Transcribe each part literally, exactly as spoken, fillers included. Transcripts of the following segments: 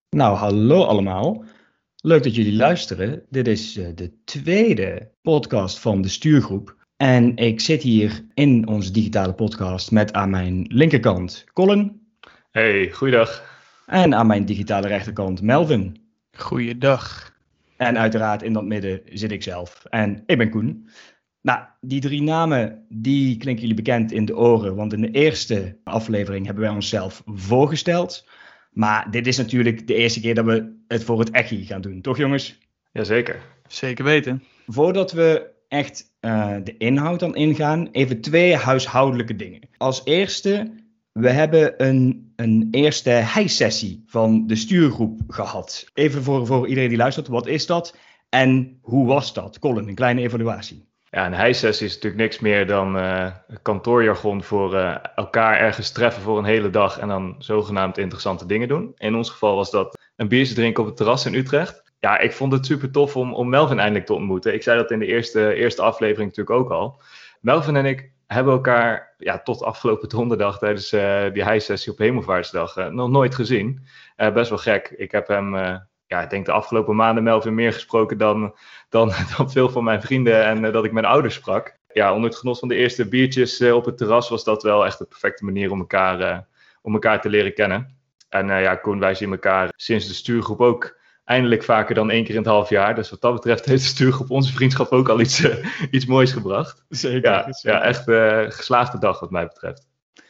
Nou, hallo allemaal. Leuk dat jullie luisteren. Dit is eh, de tweede podcast van de stuurgroep. En ik zit hier in onze digitale podcast met aan mijn linkerkant Colin Hey, goeiedag. en aan mijn digitale rechterkant Melvin. Goeiedag. En uiteraard in dat midden zit ik zelf. En ik ben Koen. Nou, die drie namen, die klinken jullie bekend in de oren, want in de eerste aflevering hebben wij onszelf voorgesteld. Maar dit is natuurlijk de eerste keer dat we het voor het echi gaan doen, toch jongens? Jazeker. Zeker weten. Voordat we echt uh, de inhoud dan ingaan, even twee huishoudelijke dingen. Als eerste, we hebben een, een eerste hijsessie van de stuurgroep gehad. Even voor, voor iedereen die luistert, wat is dat en hoe was dat? Colin, een kleine evaluatie. Ja, een hijsessie is natuurlijk niks meer dan uh, kantoorjargon voor uh, elkaar ergens treffen voor een hele dag en dan zogenaamd interessante dingen doen. In ons geval was dat een biertje drinken op het terras in Utrecht. Ja, ik vond het super tof om, om Melvin eindelijk te ontmoeten. Ik zei dat in de eerste, eerste aflevering natuurlijk ook al. Melvin en ik hebben elkaar ja, tot afgelopen donderdag tijdens uh, die hijsessie op Hemelvaartsdag uh, nog nooit gezien. Uh, best wel gek. Ik heb hem... Uh, Ja, ik denk de afgelopen maanden Melvin meer gesproken dan, dan, dan veel van mijn vrienden en uh, dat ik mijn ouders sprak. Ja, onder het genot van de eerste biertjes uh, op het terras was dat wel echt de perfecte manier om elkaar, uh, om elkaar te leren kennen. En uh, ja, Koen, wij zien elkaar sinds de stuurgroep ook eindelijk vaker dan één keer in het half jaar. Dus wat dat betreft heeft de stuurgroep onze vriendschap ook al iets, uh, iets moois gebracht. Zeker. Ja, zeker. ja echt uh, geslaagde dag wat mij betreft.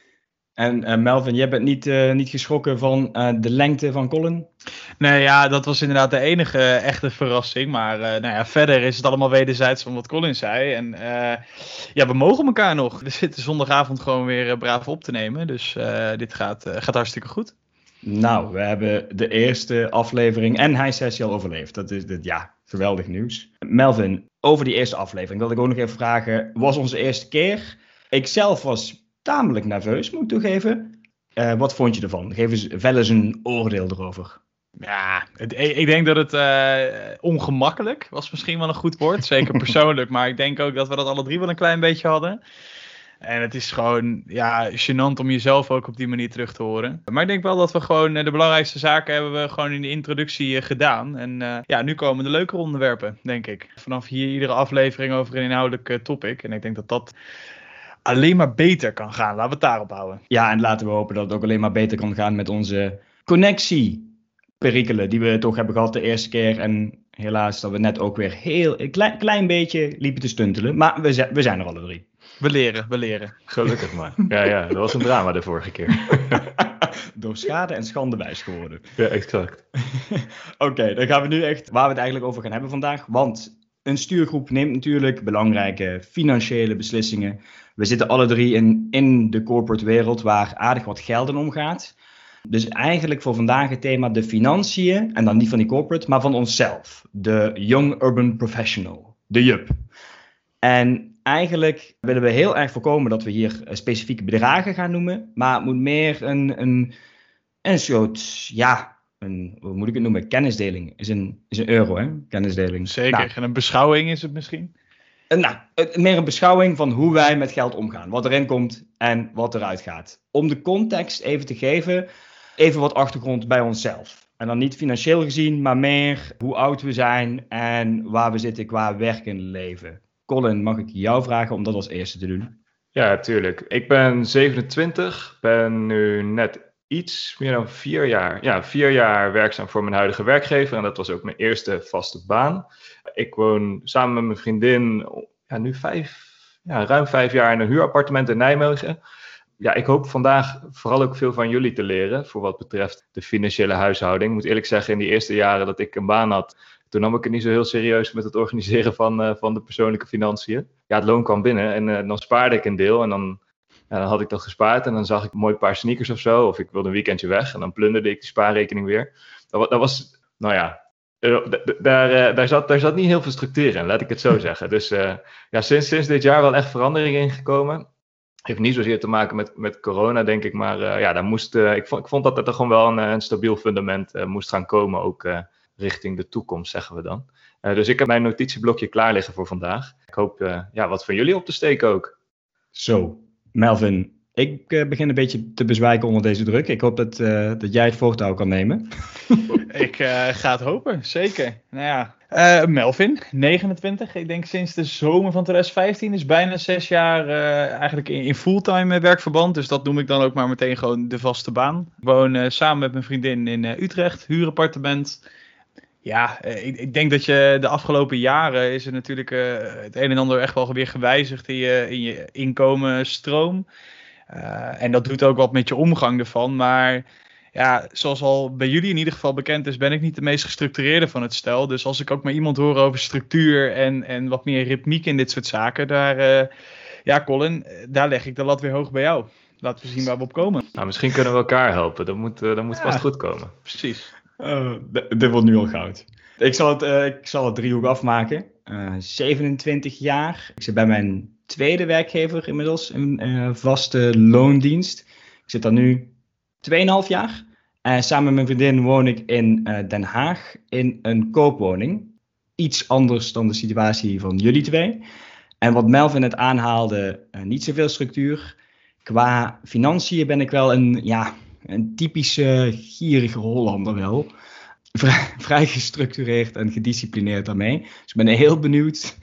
En uh, Melvin, jij bent niet, uh, niet geschrokken van uh, de lengte van Colin? Nee, ja, dat was inderdaad de enige echte verrassing. Maar uh, nou ja, verder is het allemaal wederzijds van wat Colin zei. En uh, ja, we mogen elkaar nog. We zitten zondagavond gewoon weer uh, braaf op te nemen. Dus uh, dit gaat, uh, gaat hartstikke goed. Nou, we hebben de eerste aflevering en hijsessie al overleefd. Dat is dit, ja, geweldig nieuws. Melvin, over die eerste aflevering wil ik ook nog even vragen. Was onze eerste keer. Ik zelf was tamelijk nerveus, moet ik toegeven. Uh, wat vond je ervan? Geef eens, vel eens een oordeel erover. Ja, het, ik denk dat het uh, ongemakkelijk was misschien wel een goed woord. Zeker persoonlijk, maar ik denk ook dat we dat alle drie wel een klein beetje hadden. En het is gewoon ja, gênant om jezelf ook op die manier terug te horen. Maar ik denk wel dat we gewoon uh, de belangrijkste zaken hebben we gewoon in de introductie uh, gedaan. En uh, ja, nu komen de leukere onderwerpen, denk ik. Vanaf hier iedere aflevering over een inhoudelijk uh, topic. En ik denk dat dat alleen maar beter kan gaan. Laten we het daarop houden. Ja, en laten we hopen dat het ook alleen maar beter kan gaan met onze connectieperikelen die we toch hebben gehad de eerste keer. En helaas dat we net ook weer heel een klein, klein beetje liepen te stuntelen. Maar we, z- we zijn er alle drie. We leren, we leren. Gelukkig maar. Ja, ja, dat was een drama de vorige keer. Door schade en schande wijs geworden. Ja, exact. Oké, okay, dan gaan we nu echt waar we het eigenlijk over gaan hebben vandaag. Want een stuurgroep neemt natuurlijk belangrijke financiële beslissingen. We zitten alle drie in, in de corporate wereld waar aardig wat geld in omgaat. Dus eigenlijk voor vandaag het thema de financiën. En dan niet van die corporate, maar van onszelf. De Young Urban Professional. De J U P. En eigenlijk willen we heel erg voorkomen dat we hier specifieke bedragen gaan noemen. Maar het moet meer een, een, een soort, ja, een, hoe moet ik het noemen? Kennisdeling is een, is een euro, hè? Kennisdeling. Zeker. Nou, en een beschouwing is het misschien? Nou, meer een beschouwing van hoe wij met geld omgaan. Wat erin komt en wat eruit gaat. Om de context even te geven, even wat achtergrond bij onszelf. En dan niet financieel gezien, maar meer hoe oud we zijn en waar we zitten qua werk en leven. Colin, mag ik jou vragen om dat als eerste te doen? Ja, tuurlijk. Ik ben zevenentwintig, ben nu net iets meer dan vier jaar, ja, vier jaar werkzaam voor mijn huidige werkgever. En dat was ook mijn eerste vaste baan. Ik woon samen met mijn vriendin ja, nu vijf, ja, ruim vijf jaar in een huurappartement in Nijmegen. Ja, ik hoop vandaag vooral ook veel van jullie te leren voor wat betreft de financiële huishouding. Ik moet eerlijk zeggen, in die eerste jaren dat ik een baan had, toen nam ik het niet zo heel serieus met het organiseren van, uh, van de persoonlijke financiën. Ja, het loon kwam binnen en uh, dan spaarde ik een deel en dan, ja, dan had ik dat gespaard. En dan zag ik een mooi paar sneakers of zo, of ik wilde een weekendje weg en dan plunderde ik die spaarrekening weer. Dat, dat was, nou ja, uh, d- d- daar, uh, daar, zat, daar zat niet heel veel structuur in, laat ik het zo zeggen. Dus uh, ja, sinds, sinds dit jaar wel echt verandering ingekomen. Heeft niet zozeer te maken met, met corona, denk ik, maar uh, ja, daar moest, uh, ik, vond, ik vond dat er gewoon wel een, een stabiel fundament uh, moest gaan komen, ook uh, richting de toekomst, zeggen we dan. Uh, dus ik heb mijn notitieblokje klaar liggen voor vandaag. Ik hoop uh, ja, wat van jullie op te steken ook. Zo, Melvin, Ik uh, begin een beetje te bezwijken onder deze druk. Ik hoop dat, uh, dat jij het voortouw kan nemen. Ik uh, ga het hopen, zeker. Nou ja, uh, Melvin, negenentwintig. Ik denk sinds de zomer van twintig vijftien. Dus bijna zes jaar uh, eigenlijk in, in fulltime werkverband. Dus dat noem ik dan ook maar meteen gewoon de vaste baan. Ik woon uh, samen met mijn vriendin in uh, Utrecht, huurappartement. Ja, uh, ik, ik denk dat je de afgelopen jaren is er natuurlijk uh, het een en ander echt wel weer gewijzigd in je, in je inkomensstroom. Uh, en dat doet ook wat met je omgang ervan. Maar ja, zoals al bij jullie in ieder geval bekend is, ben ik niet de meest gestructureerde van het stel. Dus als ik ook maar iemand hoor over structuur en, en wat meer ritmiek in dit soort zaken, daar, uh, ja Colin, daar leg ik de lat weer hoog bij jou. Laten we zien waar we op komen. Nou, misschien kunnen we elkaar helpen. Dat moet, uh, dat moet ja, vast goed komen. Precies. Uh, d- dit wordt nu al goud. Ik zal het, uh, ik zal het driehoek afmaken. Uh, zevenentwintig jaar. Ik zit bij mijn tweede werkgever inmiddels in uh, vaste loondienst. Ik zit daar nu tweeënhalf jaar. En samen met mijn vriendin woon ik in uh, Den Haag in een koopwoning. Iets anders dan de situatie van jullie twee. En wat Melvin net aanhaalde, uh, niet zoveel structuur. Qua financiën ben ik wel een, ja, een typische gierige Hollander wel. Vrij, vrij gestructureerd en gedisciplineerd daarmee. Dus ik ben heel benieuwd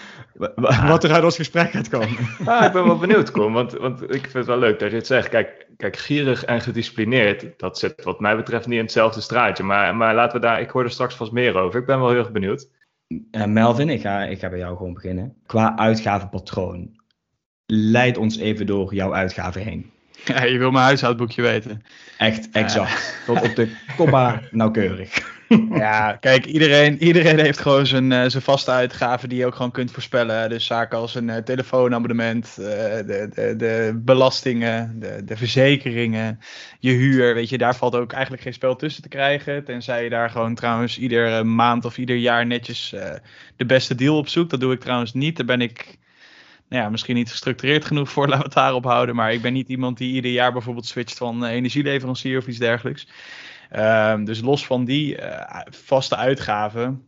wat er uit ons gesprek gaat komen. Ah, ik ben wel benieuwd, Kom, want, want ik vind het wel leuk dat je het zegt. Kijk, kijk, gierig en gedisciplineerd, dat zit wat mij betreft niet in hetzelfde straatje. Maar, maar laten we daar, ik hoor er straks vast meer over. Ik ben wel heel erg benieuwd. Uh, Melvin, ik ga, ik ga bij jou gewoon beginnen. Qua uitgavenpatroon, leid ons even door jouw uitgaven heen. Ja, je wil mijn huishoudboekje weten. Echt, exact. Uh. Tot op de komma nauwkeurig. Ja, kijk, iedereen, iedereen heeft gewoon zijn, uh, zijn vaste uitgaven die je ook gewoon kunt voorspellen. Dus zaken als een uh, telefoonabonnement, uh, de, de, de belastingen, de, de verzekeringen, je huur. Weet je, daar valt ook eigenlijk geen spel tussen te krijgen. Tenzij je daar gewoon trouwens iedere maand of ieder jaar netjes uh, de beste deal op zoekt. Dat doe ik trouwens niet. Daar ben ik... Nou ja, misschien niet gestructureerd genoeg voor, laten we het daarop houden. Maar ik ben niet iemand die ieder jaar bijvoorbeeld switcht van uh, energieleverancier of iets dergelijks. Um, dus los van die uh, vaste uitgaven.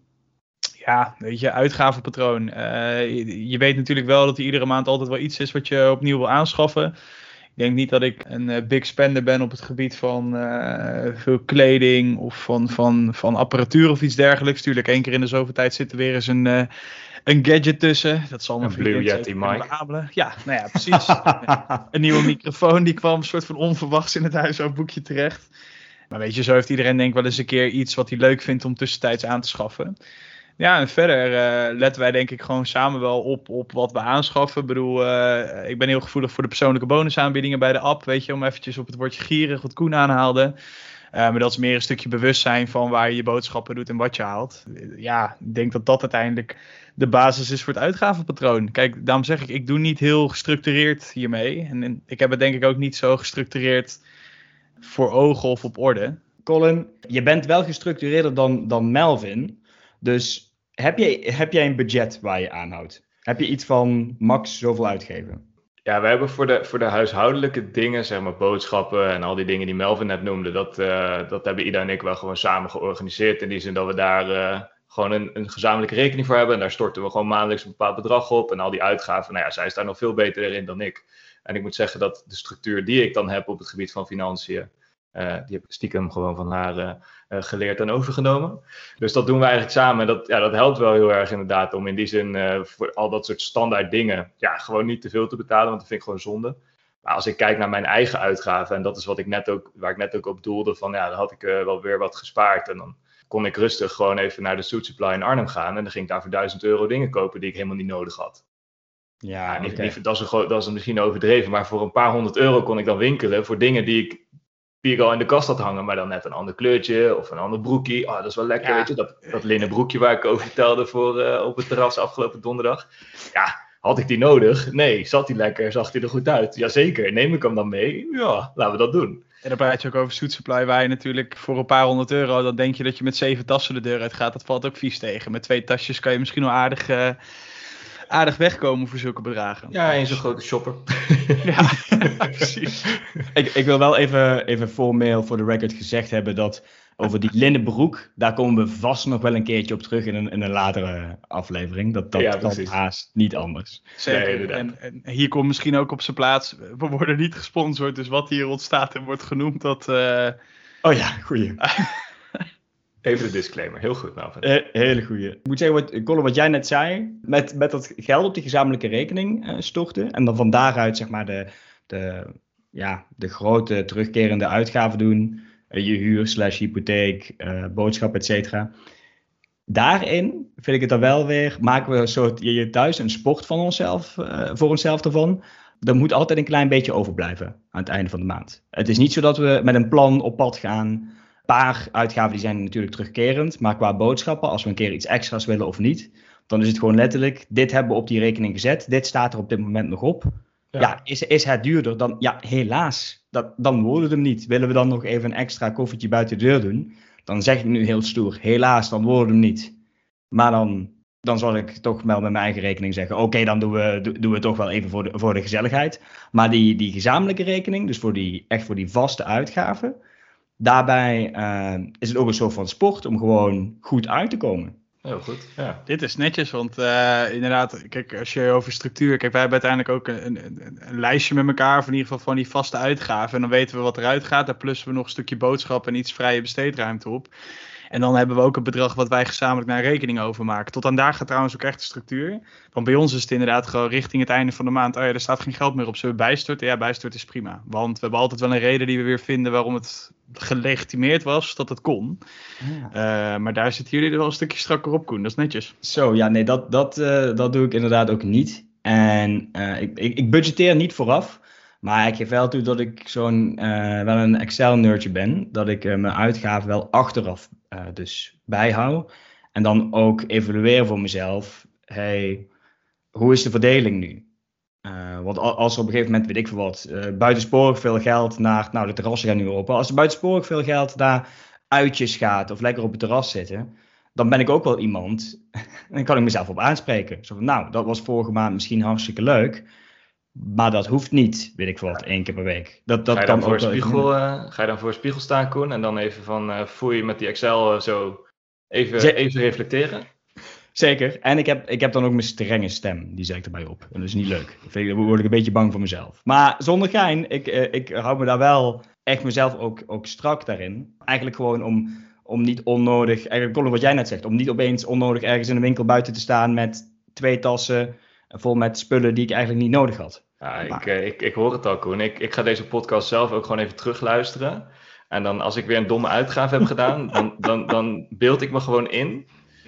Ja, weet je, uitgavenpatroon. Uh, je, je weet natuurlijk wel dat er iedere maand altijd wel iets is wat je opnieuw wil aanschaffen. Ik denk niet dat ik een uh, big spender ben op het gebied van uh, veel kleding of van, van, van apparatuur of iets dergelijks. Tuurlijk, één keer in de zoveel tijd zit er weer eens een... Uh, Een gadget tussen, dat zal een Blue Yeti mic. Ja, nou ja, precies. Een nieuwe microfoon, die kwam een soort van onverwachts in het huishoudboekje terecht. Maar weet je, zo heeft iedereen denk ik wel eens een keer iets wat hij leuk vindt om tussentijds aan te schaffen. Ja, en verder uh, letten wij denk ik gewoon samen wel op, op wat we aanschaffen. Ik bedoel, uh, ik ben heel gevoelig voor de persoonlijke bonusaanbiedingen bij de app, weet je, om eventjes op het woordje gierig wat Koen aanhaalde. Uh, maar dat is meer een stukje bewustzijn van waar je je boodschappen doet en wat je haalt. Ja, ik denk dat dat uiteindelijk de basis is voor het uitgavenpatroon. Kijk, daarom zeg ik, ik doe niet heel gestructureerd hiermee. En, en ik heb het denk ik ook niet zo gestructureerd voor ogen of op orde. Colin, je bent wel gestructureerder dan, dan Melvin. Dus heb jij, heb jij een budget waar je aanhoudt? Heb je iets van max zoveel uitgeven? Ja, we hebben voor de, voor de huishoudelijke dingen, zeg maar boodschappen en al die dingen die Melvin net noemde, dat, uh, dat hebben Ida en ik wel gewoon samen georganiseerd. In die zin dat we daar uh, gewoon een, een gezamenlijke rekening voor hebben. En daar storten we gewoon maandelijks een bepaald bedrag op. En al die uitgaven, nou ja, zij is daar nog veel beter in dan ik. En ik moet zeggen dat de structuur die ik dan heb op het gebied van financiën, uh, die heb ik stiekem gewoon van haar uh, uh, geleerd en overgenomen. Dus dat doen we eigenlijk samen. En dat, ja, dat helpt wel heel erg inderdaad om in die zin uh, voor al dat soort standaard dingen, ja, gewoon niet te veel te betalen, want dat vind ik gewoon zonde. Maar als ik kijk naar mijn eigen uitgaven, en dat is wat ik net ook, waar ik net ook op doelde, van ja, dan had ik uh, wel weer wat gespaard. En dan kon ik rustig gewoon even naar de Suit Supply in Arnhem gaan. En dan ging ik daar voor duizend euro dingen kopen die ik helemaal niet nodig had. Ja, ja niet, okay. niet, dat, is een, dat is misschien overdreven, maar voor een paar honderd euro kon ik dan winkelen voor dingen die ik, die ik al in de kast had hangen, maar dan net een ander kleurtje of een ander broekje. Oh, dat is wel lekker, ja. Weet je, dat, dat linnen broekje waar ik over vertelde voor, uh, op het terras afgelopen donderdag. Ja, had ik die nodig? Nee. Zat die lekker? Zag die er goed uit? Jazeker, neem ik hem dan mee? Ja, laten we dat doen. En dan praat je ook over Suit Supply, waar je natuurlijk voor een paar honderd euro, dan denk je dat je met zeven tassen de deur uit gaat. Dat valt ook vies tegen. Met twee tasjes kan je misschien wel aardig, uh, aardig wegkomen voor zulke bedragen. Ja, en zo'n grote shopper. Ja, precies. ik, ik wil wel even, even formeel voor de record gezegd hebben dat over die linnenbroek, daar komen we vast nog wel een keertje op terug in een, in een latere aflevering. Dat, dat Ja, kan precies. haast niet anders. Zeker. Nee, inderdaad. en, en hier komt misschien ook op zijn plaats. We worden niet gesponsord, dus wat hier ontstaat en wordt genoemd, dat... Uh... Oh ja, goeie. Even de disclaimer, heel goed Melvin. He- hele goeie. Ik moet zeggen, wat, Colin, wat jij net zei, met, met dat geld op die gezamenlijke rekening uh, storten en dan van daaruit zeg maar de, de, ja, de grote terugkerende uitgaven doen, uh, je huur slash hypotheek, uh, boodschap, et cetera. Daarin vind ik het dan wel weer, maken we een soort, je, je thuis een sport van onszelf, uh, voor onszelf ervan. Er moet altijd een klein beetje overblijven aan het einde van de maand. Het is niet zo dat we met een plan op pad gaan. Een paar uitgaven die zijn natuurlijk terugkerend, maar qua boodschappen, als we een keer iets extra's willen of niet, dan is het gewoon letterlijk, dit hebben we op die rekening gezet, dit staat er op dit moment nog op. Ja, ja is, is het duurder? Dan, ja, helaas, dat, dan wordt het hem niet. Willen we dan nog even een extra koffietje buiten de deur doen? Dan zeg ik nu heel stoer, helaas, dan wordt het hem niet. Maar dan, dan zal ik toch wel met mijn eigen rekening zeggen, oké, okay, dan doen we, do, doen we het toch wel even voor de, voor de gezelligheid. Maar die, die gezamenlijke rekening, dus voor die, echt voor die vaste uitgaven, daarbij uh, is het ook een soort van sport om gewoon goed uit te komen. Heel goed, ja. Dit is netjes, want uh, inderdaad, kijk, als je over structuur... Kijk, wij hebben uiteindelijk ook een, een, een lijstje met elkaar, of in ieder geval van die vaste uitgaven. En dan weten we wat eruit gaat. Daar plussen we nog een stukje boodschap en iets vrije besteedruimte op. En dan hebben we ook een bedrag wat wij gezamenlijk naar een rekening overmaken. Tot aan daar gaat trouwens ook echt de structuur. Want bij ons is het inderdaad gewoon richting het einde van de maand. Oh ja, er staat geen geld meer op. Zullen we bijstorten? Ja, bijstorten is prima. Want we hebben altijd wel een reden die we weer vinden waarom het gelegitimeerd was dat het kon. Ja. Uh, maar daar zitten jullie er wel een stukje strakker op, Koen. Dat is netjes. Zo, ja, nee, dat, dat, uh, dat doe ik inderdaad ook niet. En uh, ik, ik, ik budgetteer niet vooraf. Maar ik geef wel toe dat ik zo'n uh, wel een Excel-nerdje ben. Dat ik uh, mijn uitgaven wel achteraf uh, dus bijhoud. En dan ook evalueer voor mezelf. Hey, hoe is de verdeling nu? Uh, want als er op een gegeven moment, weet ik veel wat, uh, buitensporig veel geld naar, nou de terrassen gaan nu open. Als er buitensporig veel geld naar uitjes gaat of lekker op het terras zitten, dan ben ik ook wel iemand, en dan kan ik mezelf op aanspreken. Zo van, nou, dat was vorige maand misschien hartstikke leuk. Maar dat hoeft niet, weet ik veel wat, één keer per week. Dat, dat ga, je kan dan voor ook spiegel, uh, ga je dan voor een spiegel staan, Koen? En dan even van, uh, voel je met die Excel uh, zo even, Zet- even reflecteren? Zeker. En ik heb, ik heb dan ook mijn strenge stem. Die zet ik erbij op. En dat is niet leuk. Dan word ik een beetje bang voor mezelf. Maar zonder gein, ik, uh, ik hou me daar wel echt mezelf ook, ook strak daarin. Eigenlijk gewoon om, om niet onnodig, eigenlijk Colin, wat jij net zegt, om niet opeens onnodig ergens in een winkel buiten te staan met twee tassen vol met spullen die ik eigenlijk niet nodig had. Ja, ik, ik, ik hoor het al, Koen. Ik, ik ga deze podcast zelf ook gewoon even terugluisteren. En dan als ik weer een domme uitgave heb gedaan, dan, dan, dan beeld ik me gewoon in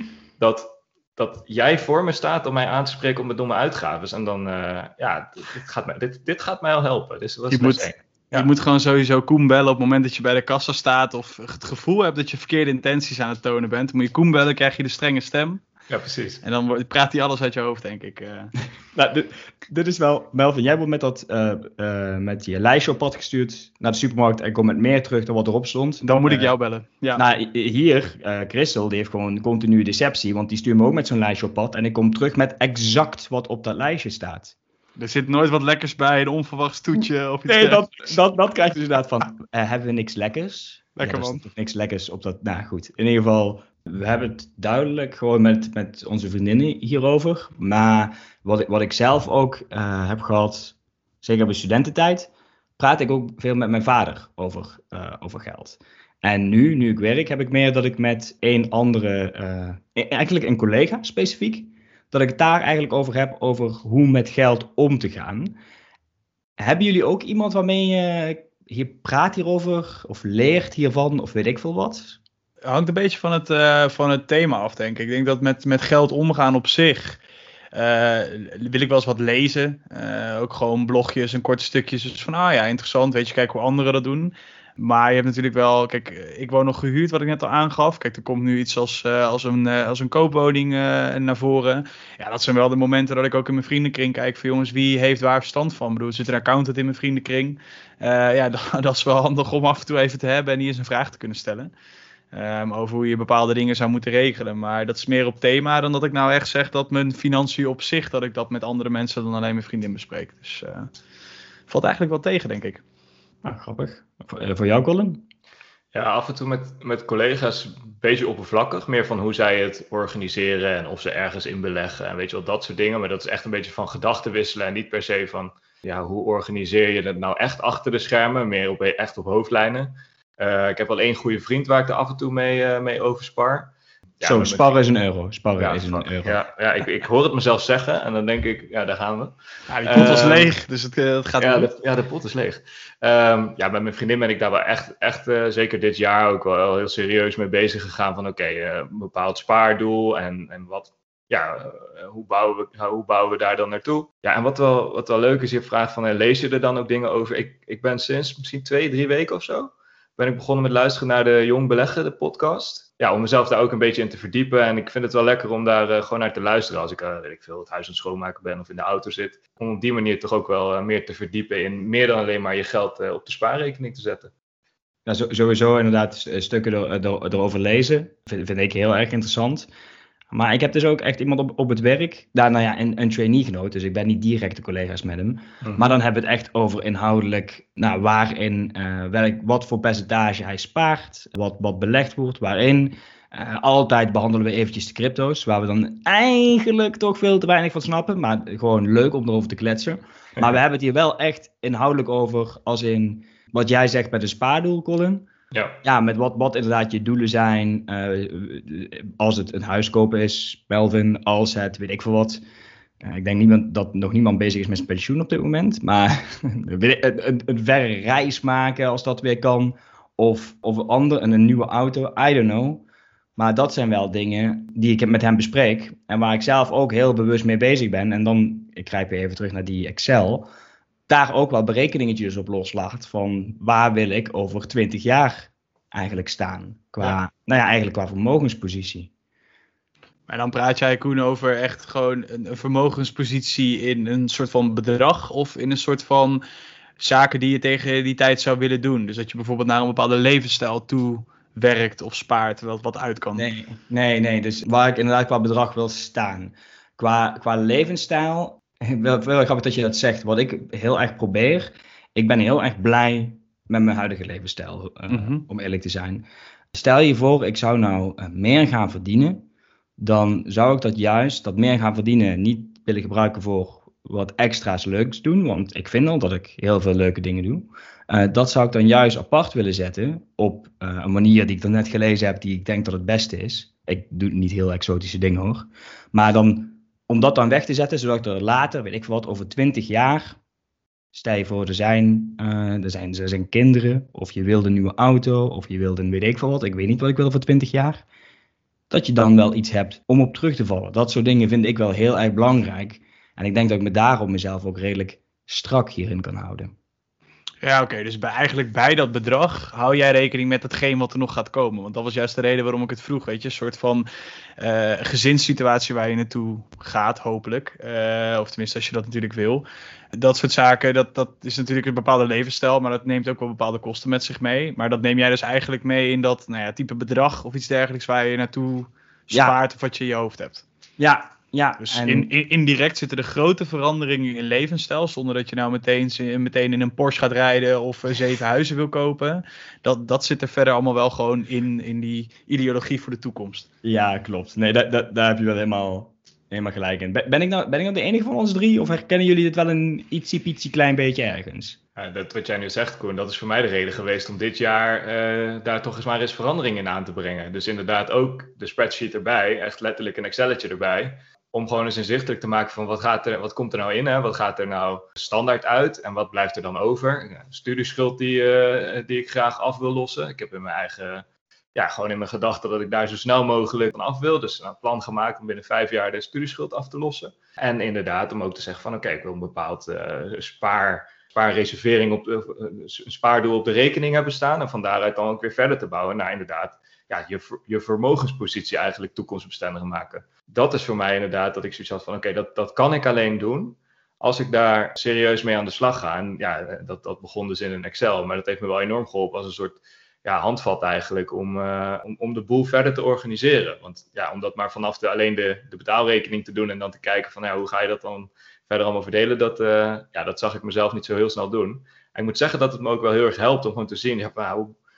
dat, dat jij voor me staat om mij aan te spreken op mijn domme uitgaves. En dan, uh, ja, dit gaat, mij, dit, dit gaat mij al helpen. Dus dat is je, moet, ja. je moet gewoon sowieso Koen bellen op het moment dat je bij de kassa staat of het gevoel hebt dat je verkeerde intenties aan het tonen bent. Dan moet je Koen bellen, krijg je de strenge stem. Ja, precies. En dan praat hij alles uit je hoofd, denk ik. Uh. Nou, dit, dit is wel... Melvin, jij wordt met, dat, uh, uh, met je lijstje op pad gestuurd naar de supermarkt en komt met meer terug dan wat erop stond. Dan moet uh, ik jou bellen. Ja. Nou, hier, uh, Christel, die heeft gewoon continue deceptie, want die stuurt me ook met zo'n lijstje op pad en ik kom terug met exact wat op dat lijstje staat. Er zit nooit wat lekkers bij, een onverwachts toetje of iets. Nee, dat, dat, dat krijg je dus inderdaad van, uh, hebben we niks lekkers? Lekker ja, man. Er is toch niks lekkers op dat... Nou goed, in ieder geval... We hebben het duidelijk gewoon met, met onze vriendinnen hierover. Maar wat ik, wat ik zelf ook uh, heb gehad, zeker bij studententijd, praat ik ook veel met mijn vader over, uh, over geld. En nu, nu ik werk, heb ik meer dat ik met een andere, uh, eigenlijk een collega specifiek, dat ik het daar eigenlijk over heb, over hoe met geld om te gaan. Hebben jullie ook iemand waarmee je hier praat hierover, of leert hiervan, of weet ik veel wat? Het hangt een beetje van het, uh, van het thema af, denk ik. Ik denk dat met, met geld omgaan op zich, uh, wil ik wel eens wat lezen. Uh, ook gewoon blogjes en korte stukjes. Dus van, ah ja, interessant, weet je, kijk hoe anderen dat doen. Maar je hebt natuurlijk wel, kijk, ik woon nog gehuurd, wat ik net al aangaf. Kijk, er komt nu iets als, uh, als, een, uh, als een koopwoning uh, naar voren. Ja, dat zijn wel de momenten dat ik ook in mijn vriendenkring kijk van, jongens, wie heeft waar verstand van? Ik bedoel, er zit een accountant in mijn vriendenkring. Uh, ja, dat, dat is wel handig om af en toe even te hebben en die eens een vraag te kunnen stellen. Um, over hoe je bepaalde dingen zou moeten regelen. Maar dat is meer op thema dan dat ik nou echt zeg dat mijn financiën op zich, dat ik dat met andere mensen dan alleen mijn vriendin bespreek. Dus uh, valt eigenlijk wel tegen, denk ik. Nou, grappig. Voor, uh, voor jou, Colin? Ja, af en toe met, met collega's een beetje oppervlakkig. Meer van hoe zij het organiseren en of ze ergens in beleggen en weet je wel, dat soort dingen. Maar dat is echt een beetje van gedachten wisselen en niet per se van, ja, hoe organiseer je het nou echt achter de schermen? Meer op, echt op hoofdlijnen. Uh, ik heb wel één goede vriend waar ik er af en toe mee, uh, mee over spar. Ja, Zo, sparren is een euro. Sparren ja, is een euro. Ja, ja ik, ik hoor het mezelf zeggen en dan denk ik, ja, daar gaan we. Ja, die pot was uh, leeg, dus het, uh, het gaat ja, goed. De, ja, de pot is leeg. Um, ja, met mijn vriendin ben ik daar wel echt, echt uh, zeker dit jaar ook wel heel serieus mee bezig gegaan. Van oké, okay, uh, een bepaald spaardoel en, en wat, ja, uh, hoe, bouwen we, hoe bouwen we daar dan naartoe? Ja, en wat wel, wat wel leuk is, je vraagt van, uh, lees je er dan ook dingen over? Ik, ik ben sinds misschien twee, drie weken of zo, ben ik begonnen met luisteren naar de Jong Beleggen, de podcast. Ja, om mezelf daar ook een beetje in te verdiepen. En ik vind het wel lekker om daar uh, gewoon naar te luisteren als ik, uh, weet ik veel, het huis aan het schoonmaken ben of in de auto zit. Om op die manier toch ook wel uh, meer te verdiepen in meer dan alleen maar je geld uh, op de spaarrekening te zetten. Ja, sowieso inderdaad stukken er, er, erover lezen. Vind, vind ik heel erg interessant. Maar ik heb dus ook echt iemand op, op het werk, daar nou ja, een, een trainee genoot, dus ik ben niet direct de collega's met hem. Mm-hmm. Maar dan hebben we het echt over inhoudelijk, nou, waarin, uh, welk, wat voor percentage hij spaart, wat, wat belegd wordt, waarin. Uh, altijd behandelen we eventjes de crypto's, waar we dan eigenlijk toch veel te weinig van snappen, maar gewoon leuk om erover te kletsen. Maar mm-hmm. we hebben het hier wel echt inhoudelijk over, als in wat jij zegt met een spaardoel, Colin. Ja, ja met wat, wat inderdaad je doelen zijn, uh, als het een huis kopen is, Melvin, als het weet ik veel wat. Uh, ik denk niemand, dat nog niemand bezig is met zijn pensioen op dit moment, maar een, een, een verre reis maken als dat weer kan, of, of een ander, een, een nieuwe auto, I don't know. Maar dat zijn wel dingen die ik met hem bespreek en waar ik zelf ook heel bewust mee bezig ben. En dan, ik grijp weer even terug naar die Excel, daar ook wel berekeningetjes op loslaat van waar wil ik over twintig jaar eigenlijk staan. Qua, ja. Nou ja, eigenlijk qua vermogenspositie. Maar dan praat jij, Koen, over echt gewoon een, een vermogenspositie in een soort van bedrag of in een soort van zaken die je tegen die tijd zou willen doen. Dus dat je bijvoorbeeld naar een bepaalde levensstijl toe werkt of spaart, terwijl het wat uit kan. Nee, nee, nee. Dus waar ik inderdaad qua bedrag wil staan. Qua, qua levensstijl, wel, wel grappig dat je dat zegt. Wat ik heel erg probeer, ik ben heel erg blij met mijn huidige levensstijl, uh, mm-hmm. om eerlijk te zijn. Stel je voor, ik zou nou uh, meer gaan verdienen, dan zou ik dat juist, dat meer gaan verdienen, niet willen gebruiken voor wat extra's leuks doen, want ik vind al dat ik heel veel leuke dingen doe. Uh, dat zou ik dan juist apart willen zetten op uh, een manier die ik dan net gelezen heb, die ik denk dat het beste is. Ik doe niet heel exotische dingen hoor. Maar dan, om dat dan weg te zetten, zodat ik er later, weet ik wat, over twintig jaar, stel je voor, er zijn, uh, er zijn, er zijn kinderen, of je wilde een nieuwe auto, of je wilde een weet ik veel wat, ik weet niet wat ik wil voor twintig jaar, dat je dan wel iets hebt om op terug te vallen. Dat soort dingen vind ik wel heel erg belangrijk. En ik denk dat ik me daarom mezelf ook redelijk strak hierin kan houden. Ja, oké. Okay, dus bij, eigenlijk bij dat bedrag hou jij rekening met hetgeen wat er nog gaat komen. Want dat was juist de reden waarom ik het vroeg. Weet je, een soort van uh, gezinssituatie waar je naartoe gaat, hopelijk. Uh, of tenminste, als je dat natuurlijk wil. Dat soort zaken, dat, dat is natuurlijk een bepaalde levensstijl, maar dat neemt ook wel bepaalde kosten met zich mee. Maar dat neem jij dus eigenlijk mee in dat nou ja, type bedrag of iets dergelijks waar je naartoe spaart, ja, of wat je in je hoofd hebt. Ja. Ja, dus en... in, in, indirect zitten er grote veranderingen in levensstijl, zonder dat je nou meteen, meteen in een Porsche gaat rijden of zeven huizen wil kopen. Dat, dat zit er verder allemaal wel gewoon in, in die ideologie voor de toekomst. Ja, klopt. Nee, da, da, daar heb je wel helemaal, helemaal gelijk in. Ben ik, nou, ben ik nou de enige van ons drie of herkennen jullie dit wel een ietsie-pietsie klein beetje ergens? Ja, dat wat jij nu zegt, Koen, dat is voor mij de reden geweest om dit jaar uh, daar toch eens maar eens verandering in aan te brengen. Dus inderdaad ook de spreadsheet erbij, echt letterlijk een Excelletje erbij. Om gewoon eens inzichtelijk te maken van wat, gaat er, wat komt er nou in, hè? Wat gaat er nou standaard uit en wat blijft er dan over. Ja, studieschuld die, uh, die ik graag af wil lossen. Ik heb in mijn eigen, ja, gewoon in mijn gedachten dat ik daar zo snel mogelijk van af wil. Dus een plan gemaakt om binnen vijf jaar de studieschuld af te lossen. En inderdaad om ook te zeggen van oké, okay, ik wil een bepaald uh, spaar... spaarreservering op de, een spaardoel op de rekening hebben staan. En van daaruit dan ook weer verder te bouwen naar inderdaad ja, je, je vermogenspositie eigenlijk toekomstbestendig maken. Dat is voor mij inderdaad dat ik zoiets had van oké, okay, dat, dat kan ik alleen doen als ik daar serieus mee aan de slag ga. En ja, dat, dat begon dus in een Excel, maar dat heeft me wel enorm geholpen als een soort ja, handvat eigenlijk om, uh, om, om de boel verder te organiseren. Want ja, om dat maar vanaf de, alleen de, de betaalrekening te doen en dan te kijken van ja, hoe ga je dat dan verder allemaal verdelen, dat, uh, ja, dat zag ik mezelf niet zo heel snel doen. En ik moet zeggen dat het me ook wel heel erg helpt om gewoon te zien, ja, maar hoe,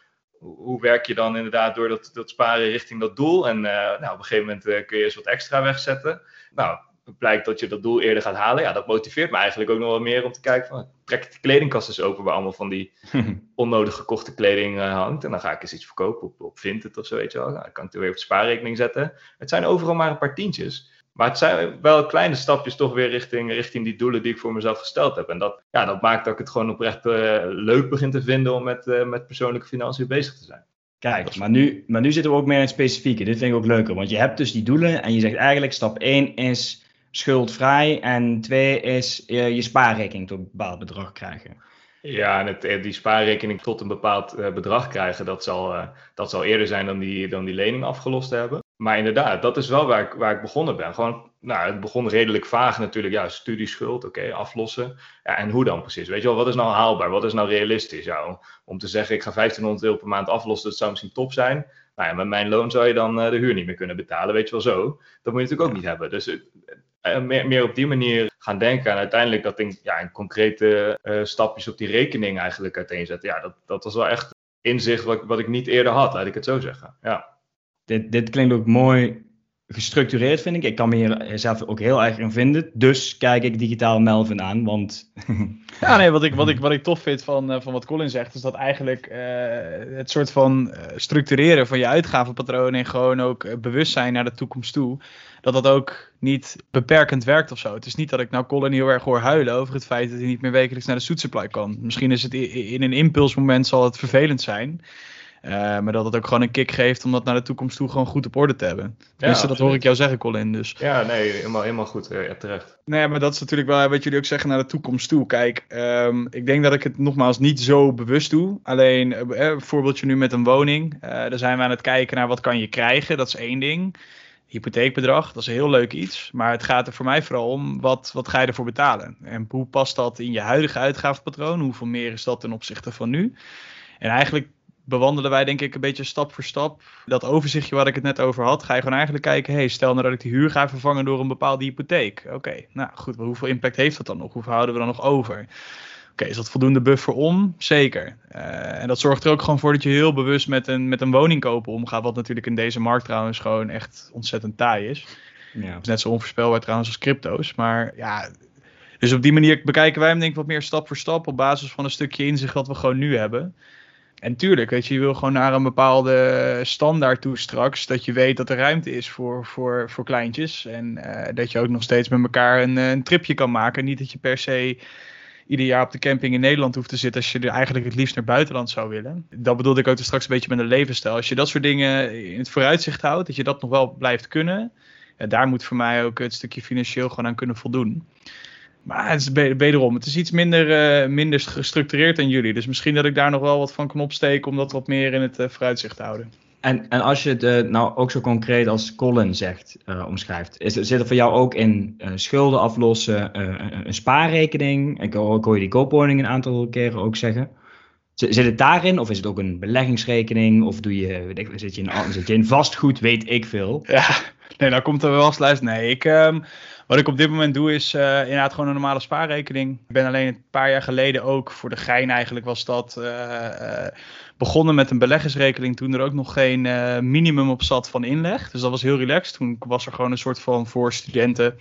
hoe, hoe werk je dan inderdaad door dat, dat sparen richting dat doel? En uh, nou, op een gegeven moment uh, kun je eens wat extra wegzetten. Nou, het blijkt dat je dat doel eerder gaat halen. Ja, dat motiveert me eigenlijk ook nog wel meer om te kijken van, trek de kledingkast eens open waar allemaal van die onnodig gekochte kleding uh, hangt. En dan ga ik eens iets verkopen op, op Vinted of zo, weet je wel. Nou, dan kan ik het weer op de spaarrekening zetten. Het zijn overal maar een paar tientjes. Maar het zijn wel kleine stapjes toch weer richting, richting die doelen die ik voor mezelf gesteld heb. En dat, ja, dat maakt dat ik het gewoon oprecht uh, leuk begin te vinden om met, uh, met persoonlijke financiën bezig te zijn. Kijk, maar nu, maar nu zitten we ook meer in het specifieke. Dit vind ik ook leuker, want je hebt dus die doelen en je zegt eigenlijk stap één is schuldvrij en twee is uh, je spaarrekening tot een bepaald bedrag krijgen. Ja, en het, die spaarrekening tot een bepaald uh, bedrag krijgen, dat zal, uh, dat zal eerder zijn dan die, dan die lening afgelost hebben. Maar inderdaad, dat is wel waar ik, waar ik begonnen ben. Gewoon, nou, het begon redelijk vaag natuurlijk. Ja, studieschuld, oké, okay, aflossen. Ja, en hoe dan precies? Weet je wel, wat is nou haalbaar? Wat is nou realistisch? Ja, om, om te zeggen, ik ga vijftienhonderd euro per maand aflossen, dat zou misschien top zijn. Nou ja, met mijn loon zou je dan uh, de huur niet meer kunnen betalen, weet je wel zo. Dat moet je natuurlijk ook niet hebben. Dus uh, meer, meer op die manier gaan denken. En uiteindelijk dat in, ja, in concrete uh, stapjes op die rekening eigenlijk uiteenzetten. Ja, dat, dat was wel echt inzicht wat, wat ik niet eerder had, laat ik het zo zeggen. Ja. Dit, dit klinkt ook mooi gestructureerd, vind ik. Ik kan me hier zelf ook heel erg in vinden. Dus kijk ik digitaal Melvin aan, want... ja, nee, wat ik, wat ik, wat ik tof vind van, uh, van wat Colin zegt, is dat eigenlijk uh, het soort van uh, structureren van je uitgavenpatroon en gewoon ook uh, bewustzijn naar de toekomst toe, dat dat ook niet beperkend werkt of zo. Het is niet dat ik nou Colin heel erg hoor huilen over het feit dat hij niet meer wekelijks naar de Soet Supply kan. Misschien is het in, in een impulsmoment zal het vervelend zijn. Uh, maar dat het ook gewoon een kick geeft om dat naar de toekomst toe gewoon goed op orde te hebben. Dus ja, dat hoor ik jou zeggen, Colin. Dus. Ja, nee, helemaal, helemaal goed. Uh, ja, terecht. Nee, maar dat is natuurlijk wel wat jullie ook zeggen naar de toekomst toe. Kijk, um, ik denk dat ik het nogmaals niet zo bewust doe. Alleen, uh, een voorbeeldje nu met een woning. Uh, daar zijn we aan het kijken naar wat kan je krijgen. Dat is één ding. Hypotheekbedrag, dat is een heel leuk iets. Maar het gaat er voor mij vooral om, wat, wat ga je ervoor betalen? En hoe past dat in je huidige uitgavenpatroon? Hoeveel meer is dat ten opzichte van nu? En eigenlijk bewandelen wij denk ik een beetje stap voor stap. Dat overzichtje waar ik het net over had, ga je gewoon eigenlijk kijken, hey, stel nou dat ik die huur ga vervangen door een bepaalde hypotheek. Oké, okay, nou goed, maar hoeveel impact heeft dat dan nog? Hoeveel houden we dan nog over? Oké, okay, is dat voldoende buffer om? Zeker. Uh, en dat zorgt er ook gewoon voor dat je heel bewust met een, met een woning kopen omgaat, wat natuurlijk in deze markt trouwens gewoon echt ontzettend taai is. Ja. Het is net zo onvoorspelbaar trouwens als crypto's, maar ja, dus op die manier bekijken wij hem denk ik wat meer stap voor stap op basis van een stukje inzicht wat we gewoon nu hebben. En tuurlijk, weet je, je wil gewoon naar een bepaalde standaard toe straks, dat je weet dat er ruimte is voor, voor, voor kleintjes. En uh, dat je ook nog steeds met elkaar een, een tripje kan maken. Niet dat je per se ieder jaar op de camping in Nederland hoeft te zitten als je er eigenlijk het liefst naar buitenland zou willen. Dat bedoelde ik ook straks een beetje met een levensstijl. Als je dat soort dingen in het vooruitzicht houdt, dat je dat nog wel blijft kunnen, ja, daar moet voor mij ook het stukje financieel gewoon aan kunnen voldoen. Maar het is wederom, het is iets minder, uh, minder gestructureerd dan jullie. Dus misschien dat ik daar nog wel wat van kan opsteken om dat wat meer in het uh, vooruitzicht te houden. En, en als je het uh, nou ook zo concreet als Colin zegt, uh, omschrijft, is, zit er voor jou ook in uh, schulden aflossen, uh, een spaarrekening? Ik hoor je die koopwoning een aantal keren ook zeggen. Zit het daarin of is het ook een beleggingsrekening? Of doe je, weet ik, zit, je in, zit je in vastgoed, weet ik veel? Ja, nee, nou komt er wel eens lijst. Nee, ik... Um, Wat ik op dit moment doe is uh, inderdaad gewoon een normale spaarrekening. Ik ben alleen een paar jaar geleden ook, voor de gein eigenlijk was dat, uh, uh, begonnen met een beleggersrekening toen er ook nog geen uh, minimum op zat van inleg. Dus dat was heel relaxed. Toen was er gewoon een soort van voor studenten.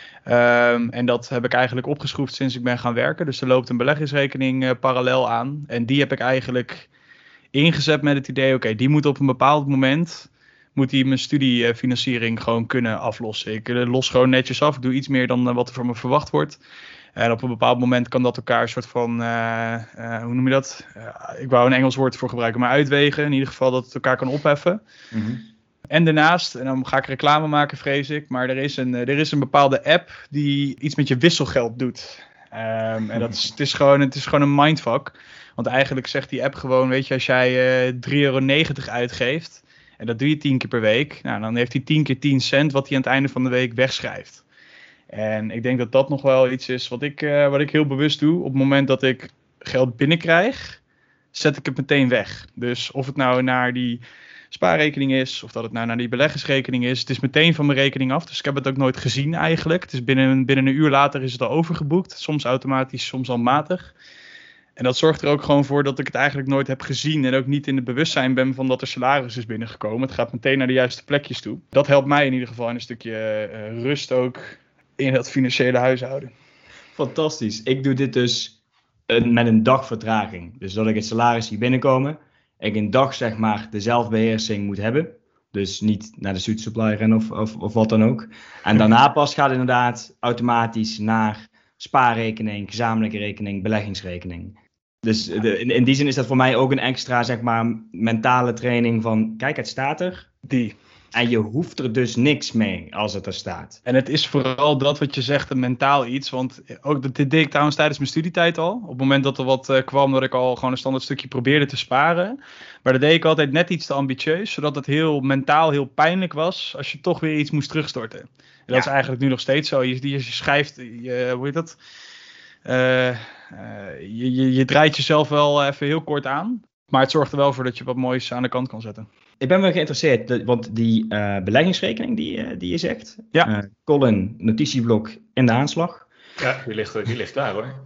Um, en dat heb ik eigenlijk opgeschroefd sinds ik ben gaan werken. Dus er loopt een beleggersrekening uh, parallel aan. En die heb ik eigenlijk ingezet met het idee, oké, okay, die moet op een bepaald moment, moet hij mijn studiefinanciering gewoon kunnen aflossen. Ik los gewoon netjes af. Ik doe iets meer dan wat er van me verwacht wordt. En op een bepaald moment kan dat elkaar een soort van, uh, uh, hoe noem je dat? Uh, ik wou een Engels woord voor gebruiken, maar uitwegen. In ieder geval dat het elkaar kan opheffen. Mm-hmm. En daarnaast, en dan ga ik reclame maken, vrees ik, maar er is een, er is een bepaalde app die iets met je wisselgeld doet. Um, en dat is, het, is gewoon, het is gewoon een mindfuck. Want eigenlijk zegt die app gewoon, weet je, als jij uh, drie euro negentig uitgeeft, en dat doe je tien keer per week, nou, dan heeft hij tien keer tien cent wat hij aan het einde van de week wegschrijft. En ik denk dat dat nog wel iets is wat ik, uh, wat ik heel bewust doe. Op het moment dat ik geld binnenkrijg, zet ik het meteen weg. Dus of het nou naar die spaarrekening is, of dat het nou naar die beleggersrekening is, het is meteen van mijn rekening af. Dus ik heb het ook nooit gezien eigenlijk. Het is binnen, binnen een uur later is het al overgeboekt. Soms automatisch, soms handmatig. En dat zorgt er ook gewoon voor dat ik het eigenlijk nooit heb gezien en ook niet in het bewustzijn ben van dat er salaris is binnengekomen. Het gaat meteen naar de juiste plekjes toe. Dat helpt mij in ieder geval in een stukje uh, rust ook in het financiële huishouden. Fantastisch. Ik doe dit dus een, met een dag vertraging. Dus dat ik het salaris zie binnenkomen. Ik een dag zeg maar de zelfbeheersing moet hebben. Dus niet naar de suit supplier rennen of, of, of wat dan ook. En daarna pas gaat het inderdaad automatisch naar spaarrekening, gezamenlijke rekening, beleggingsrekening. Dus de, in, in die zin is dat voor mij ook een extra zeg maar mentale training van kijk, het staat er. Die. En je hoeft er dus niks mee als het er staat. En het is vooral dat wat je zegt, een mentaal iets. Want ook dit deed ik trouwens tijdens mijn studietijd al. Op het moment dat er wat uh, kwam, dat ik al gewoon een standaard stukje probeerde te sparen. Maar dat deed ik altijd net iets te ambitieus. Zodat het heel mentaal heel pijnlijk was als je toch weer iets moest terugstorten. En dat ja. is eigenlijk nu nog steeds zo. Je, je schrijft, je, hoe heet dat? Uh, uh, je, je, je draait jezelf wel even heel kort aan. Maar het zorgt er wel voor dat je wat moois aan de kant kan zetten. Ik ben wel geïnteresseerd, want die uh, beleggingsrekening die, uh, die je zegt. Ja. Uh, Colin, notitieblok in de aanslag. Ja, die ligt, die ligt daar hoor.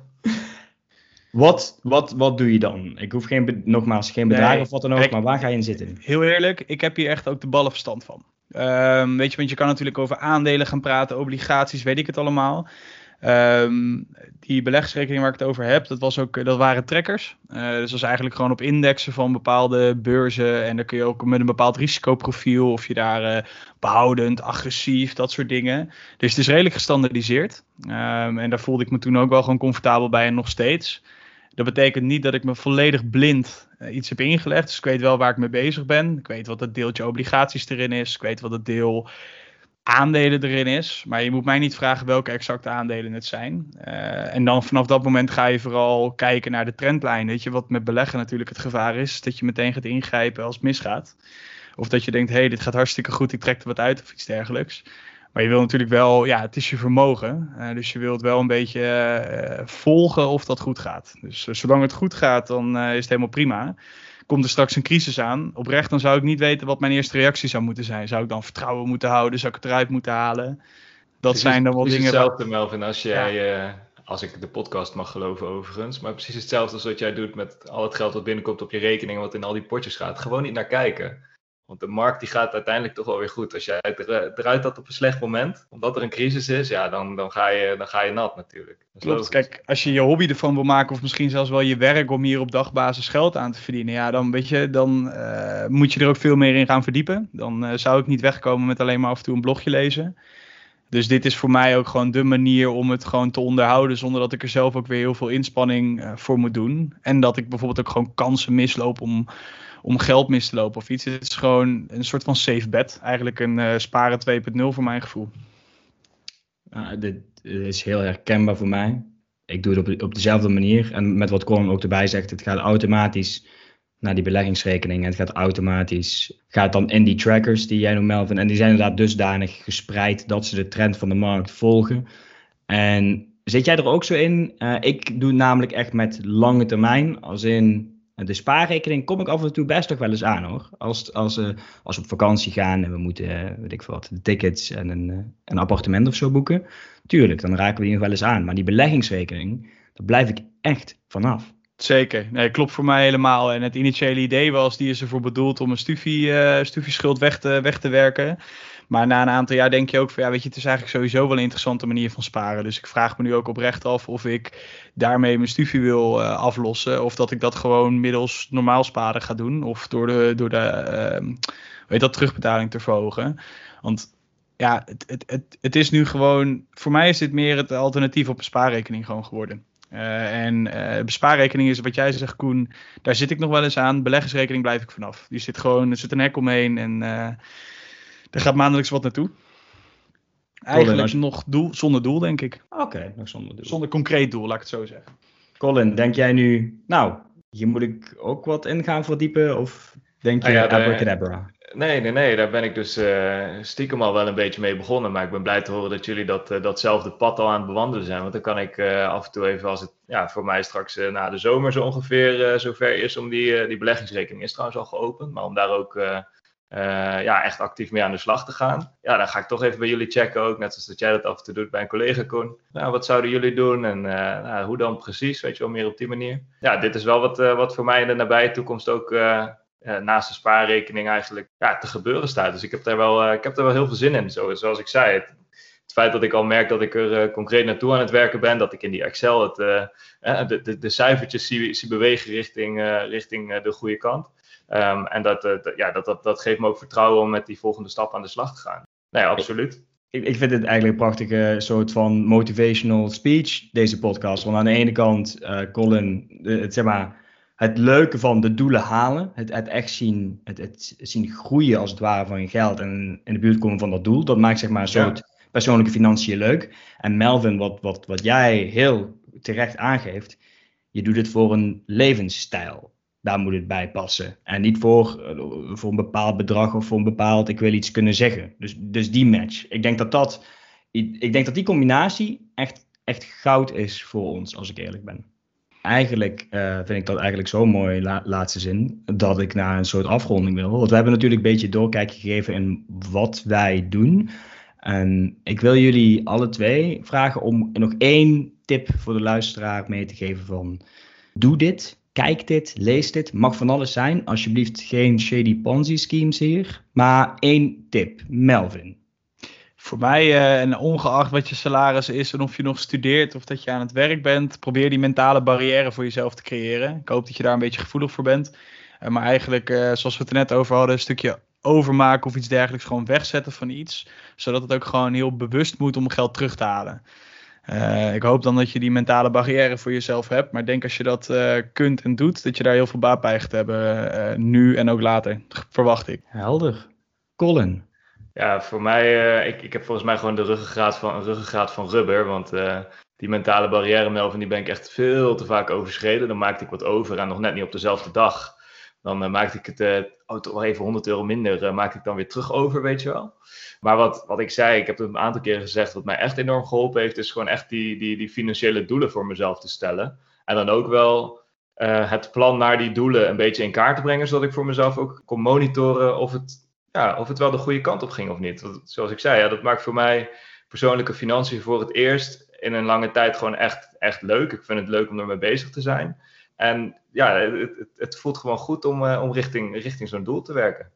Wat, wat, wat doe je dan? Ik hoef geen, nogmaals geen bedragen nee, of wat dan ook, kijk, maar waar ga je in zitten? Heel eerlijk, ik heb hier echt ook de ballen verstand van. Um, weet je, want je kan natuurlijk over aandelen gaan praten, obligaties, weet ik het allemaal. Um, die beleggingsrekening waar ik het over heb, dat, was ook, dat waren trackers. Uh, dus dat was eigenlijk gewoon op indexen van bepaalde beurzen. En dan kun je ook met een bepaald risicoprofiel, of je daar uh, behoudend, agressief, dat soort dingen. Dus het is redelijk gestandaardiseerd. Um, en daar voelde ik me toen ook wel gewoon comfortabel bij en nog steeds. Dat betekent niet dat ik me volledig blind uh, iets heb ingelegd. Dus ik weet wel waar ik mee bezig ben. Ik weet wat het deeltje obligaties erin is. Ik weet wat het deel aandelen erin is. Maar je moet mij niet vragen welke exacte aandelen het zijn. Uh, en dan vanaf dat moment ga je vooral kijken naar de trendlijn. Weet je, wat met beleggen natuurlijk het gevaar is. Dat je meteen gaat ingrijpen als het misgaat. Of dat je denkt, hé, hey, dit gaat hartstikke goed, ik trek er wat uit of iets dergelijks. Maar je wil natuurlijk wel, ja, het is je vermogen. Uh, dus je wilt wel een beetje uh, volgen of dat goed gaat. Dus uh, zolang het goed gaat, dan uh, is het helemaal prima. Komt er straks een crisis aan, oprecht, dan zou ik niet weten wat mijn eerste reactie zou moeten zijn. Zou ik dan vertrouwen moeten houden? Zou ik het eruit moeten halen? Dat het zijn dan wel dingen... Het is hetzelfde, waar... Melvin, als jij, ja. uh, als ik de podcast mag geloven overigens, maar precies hetzelfde als wat jij doet met al het geld wat binnenkomt op je rekening en wat in al die potjes gaat. Gewoon niet naar kijken. Want de markt die gaat uiteindelijk toch wel weer goed. Als jij het eruit had op een slecht moment, omdat er een crisis is, ja, dan, dan, ga, je, dan ga je nat natuurlijk. Klopt, kijk, als je je hobby ervan wil maken, of misschien zelfs wel je werk om hier op dagbasis geld aan te verdienen, ja, dan weet je, dan uh, moet je er ook veel meer in gaan verdiepen. Dan uh, zou ik niet wegkomen met alleen maar af en toe een blogje lezen. Dus dit is voor mij ook gewoon de manier om het gewoon te onderhouden, zonder dat ik er zelf ook weer heel veel inspanning uh, voor moet doen. En dat ik bijvoorbeeld ook gewoon kansen misloop om... om geld mis te lopen of iets. Het is gewoon een soort van safe bet. Eigenlijk een uh, sparen twee punt nul voor mijn gevoel. Uh, dit is heel herkenbaar voor mij. Ik doe het op, op dezelfde manier. En met wat Colin ook erbij zegt, het gaat automatisch naar die beleggingsrekening. En het gaat automatisch, gaat dan in die trackers die jij noemt, Melvin. En die zijn inderdaad dusdanig gespreid dat ze de trend van de markt volgen. En zit jij er ook zo in? Uh, ik doe namelijk echt met lange termijn, als in... De spaarrekening kom ik af en toe best toch wel eens aan hoor. Als, als, uh, als we op vakantie gaan en we moeten, uh, weet ik veel wat, de tickets en een, uh, een appartement of zo boeken. Tuurlijk, dan raken we die nog wel eens aan. Maar die beleggingsrekening, daar blijf ik echt vanaf. Zeker, nee, klopt voor mij helemaal. En het initiële idee was, die is ervoor bedoeld om een studie, uh, studieschuld weg te, weg te werken. Maar na een aantal jaar denk je ook van, ja, weet je, het is eigenlijk sowieso wel een interessante manier van sparen. Dus ik vraag me nu ook oprecht af of ik daarmee mijn studie wil uh, aflossen. Of dat ik dat gewoon middels normaal sparen ga doen. Of door de, door de uh, weet dat, terugbetaling te verhogen. Want ja, het, het, het, het is nu gewoon, voor mij is dit meer het alternatief op een spaarrekening gewoon geworden. Uh, en uh, bespaarrekening is wat jij zegt, Koen, daar zit ik nog wel eens aan. Beleggingsrekening blijf ik vanaf. Die zit gewoon, er zit een hek omheen en uh, er gaat maandelijks wat naartoe. Eigenlijk Colin, nog doel, zonder doel, denk ik. Oké, okay, nog zonder doel. Zonder concreet doel, laat ik het zo zeggen. Colin, denk jij nu, nou, hier moet ik ook wat in gaan verdiepen? Of denk je, ah, ja, abracadabra? Nee, nee, nee, daar ben ik dus uh, stiekem al wel een beetje mee begonnen. Maar ik ben blij te horen dat jullie dat, uh, datzelfde pad al aan het bewandelen zijn. Want dan kan ik uh, af en toe even, als het ja, voor mij straks uh, na de zomer zo ongeveer uh, zover is om die, uh, die beleggingsrekening is trouwens al geopend. Maar om daar ook uh, uh, ja, echt actief mee aan de slag te gaan. Ja, dan ga ik toch even bij jullie checken ook, net zoals dat jij dat af en toe doet bij een collega Koen. Nou, wat zouden jullie doen en uh, nou, hoe dan precies, weet je wel, meer op die manier. Ja, dit is wel wat, uh, wat voor mij in de nabije toekomst ook uh, uh, naast de spaarrekening eigenlijk ja, te gebeuren staat. Dus ik heb daar wel, uh, ik heb daar wel heel veel zin in, zo, zoals ik zei. Het, Het feit dat ik al merk dat ik er uh, concreet naartoe aan het werken ben, dat ik in die Excel het, uh, de, de, de cijfertjes zie, zie bewegen richting, uh, richting uh, de goede kant. Um, en dat, uh, d- ja, dat, dat, dat geeft me ook vertrouwen om met die volgende stap aan de slag te gaan. Nee, absoluut. Ik, ik vind het eigenlijk een prachtige soort van motivational speech, deze podcast. Want aan de ene kant, uh, Colin, de, het, zeg maar, het leuke van de doelen halen, het, het echt zien, het, het zien groeien als het ware van je geld en in de buurt komen van dat doel, dat maakt zeg maar een soort... Ja. Persoonlijke financiën leuk. En Melvin, wat, wat, wat jij heel terecht aangeeft, je doet het voor een levensstijl. Daar moet het bij passen. En niet voor, voor een bepaald bedrag of voor een bepaald, ik wil iets kunnen zeggen. Dus, dus die match. Ik denk dat, dat, ik denk dat die combinatie echt, echt goud is voor ons, als ik eerlijk ben. Eigenlijk uh, vind ik dat eigenlijk zo mooi, la, laatste zin, dat ik naar een soort afronding wil. Want we hebben natuurlijk een beetje doorkijkje gegeven in wat wij doen. En ik wil jullie alle twee vragen om nog één tip voor de luisteraar mee te geven van doe dit, kijk dit, lees dit, mag van alles zijn. Alsjeblieft geen shady Ponzi schemes hier, maar één tip. Melvin. Voor mij, uh, en ongeacht wat je salaris is en of je nog studeert of dat je aan het werk bent, probeer die mentale barrière voor jezelf te creëren. Ik hoop dat je daar een beetje gevoelig voor bent. Uh, maar eigenlijk, uh, zoals we het er net over hadden, een stukje overmaken of iets dergelijks, gewoon wegzetten van iets, zodat het ook gewoon heel bewust moet om geld terug te halen. Uh, ik hoop dan dat je die mentale barrière voor jezelf hebt, maar ik denk als je dat uh, kunt en doet, dat je daar heel veel baat bij gaat hebben, uh, nu en ook later, verwacht ik. Helder. Colin. Ja, voor mij, uh, ik, ik heb volgens mij gewoon de ruggengraat van, een ruggengraat van rubber, want uh, die mentale barrière, Melvin, die ben ik echt veel te vaak overschreden. Dan maakte ik wat over en nog net niet op dezelfde dag. Dan uh, maakte ik het uh, oh, toch wel even honderd euro minder, uh, maakte ik dan weer terug over, weet je wel. Maar wat, wat ik zei, ik heb het een aantal keren gezegd, wat mij echt enorm geholpen heeft, is gewoon echt die, die, die financiële doelen voor mezelf te stellen. En dan ook wel uh, het plan naar die doelen een beetje in kaart te brengen, zodat ik voor mezelf ook kon monitoren of het, ja, of het wel de goede kant op ging of niet. Want zoals ik zei, ja, dat maakt voor mij persoonlijke financiën voor het eerst in een lange tijd gewoon echt, echt leuk. Ik vind het leuk om ermee bezig te zijn. En ja, het, het, het voelt gewoon goed om, uh, om richting, richting zo'n doel te werken.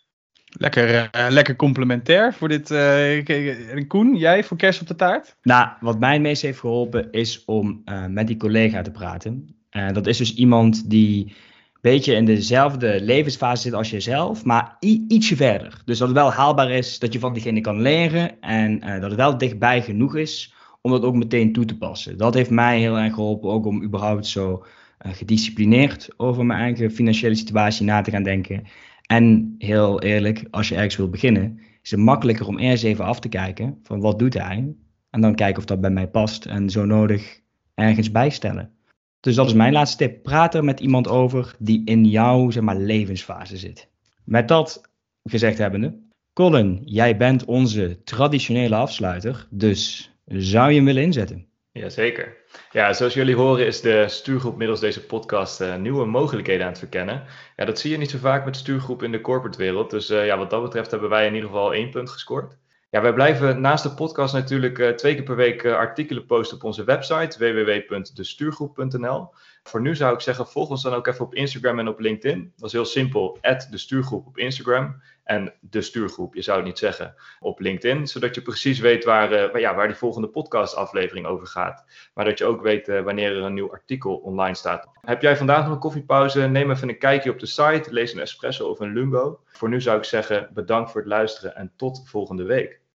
Lekker, uh, lekker complementair voor dit. Uh, en Koen, jij voor kerst op de taart? Nou, wat mij het meest heeft geholpen is om uh, met die collega te praten. Uh, dat is dus iemand die een beetje in dezelfde levensfase zit als jezelf, maar i- ietsje verder. Dus dat het wel haalbaar is, dat je van diegene kan leren en uh, dat het wel dichtbij genoeg is om dat ook meteen toe te passen. Dat heeft mij heel erg geholpen, ook om überhaupt zo uh, gedisciplineerd over mijn eigen financiële situatie na te gaan denken. En heel eerlijk, als je ergens wilt beginnen, is het makkelijker om eerst even af te kijken van wat doet hij. En dan kijken of dat bij mij past en zo nodig ergens bijstellen. Dus dat is mijn laatste tip. Praat er met iemand over die in jouw, zeg maar, levensfase zit. Met dat gezegd hebbende, Colin, jij bent onze traditionele afsluiter, dus zou je hem willen inzetten? Jazeker. Ja, zoals jullie horen is de stuurgroep middels deze podcast uh, nieuwe mogelijkheden aan het verkennen. Ja, dat zie je niet zo vaak met stuurgroep in de corporate wereld. Dus uh, ja, wat dat betreft hebben wij in ieder geval één punt gescoord. Ja, wij blijven naast de podcast natuurlijk uh, twee keer per week uh, artikelen posten op onze website w w w punt de stuurgroep punt n l. Voor nu zou ik zeggen, volg ons dan ook even op Instagram en op LinkedIn. Dat is heel simpel, at de stuurgroep op Instagram en de stuurgroep, je zou het niet zeggen, op LinkedIn. Zodat je precies weet waar, uh, waar, ja, waar die volgende podcastaflevering over gaat. Maar dat je ook weet uh, wanneer er een nieuw artikel online staat. Heb jij vandaag nog een koffiepauze? Neem even een kijkje op de site, lees een espresso of een lumbo. Voor nu zou ik zeggen, bedankt voor het luisteren en tot volgende week.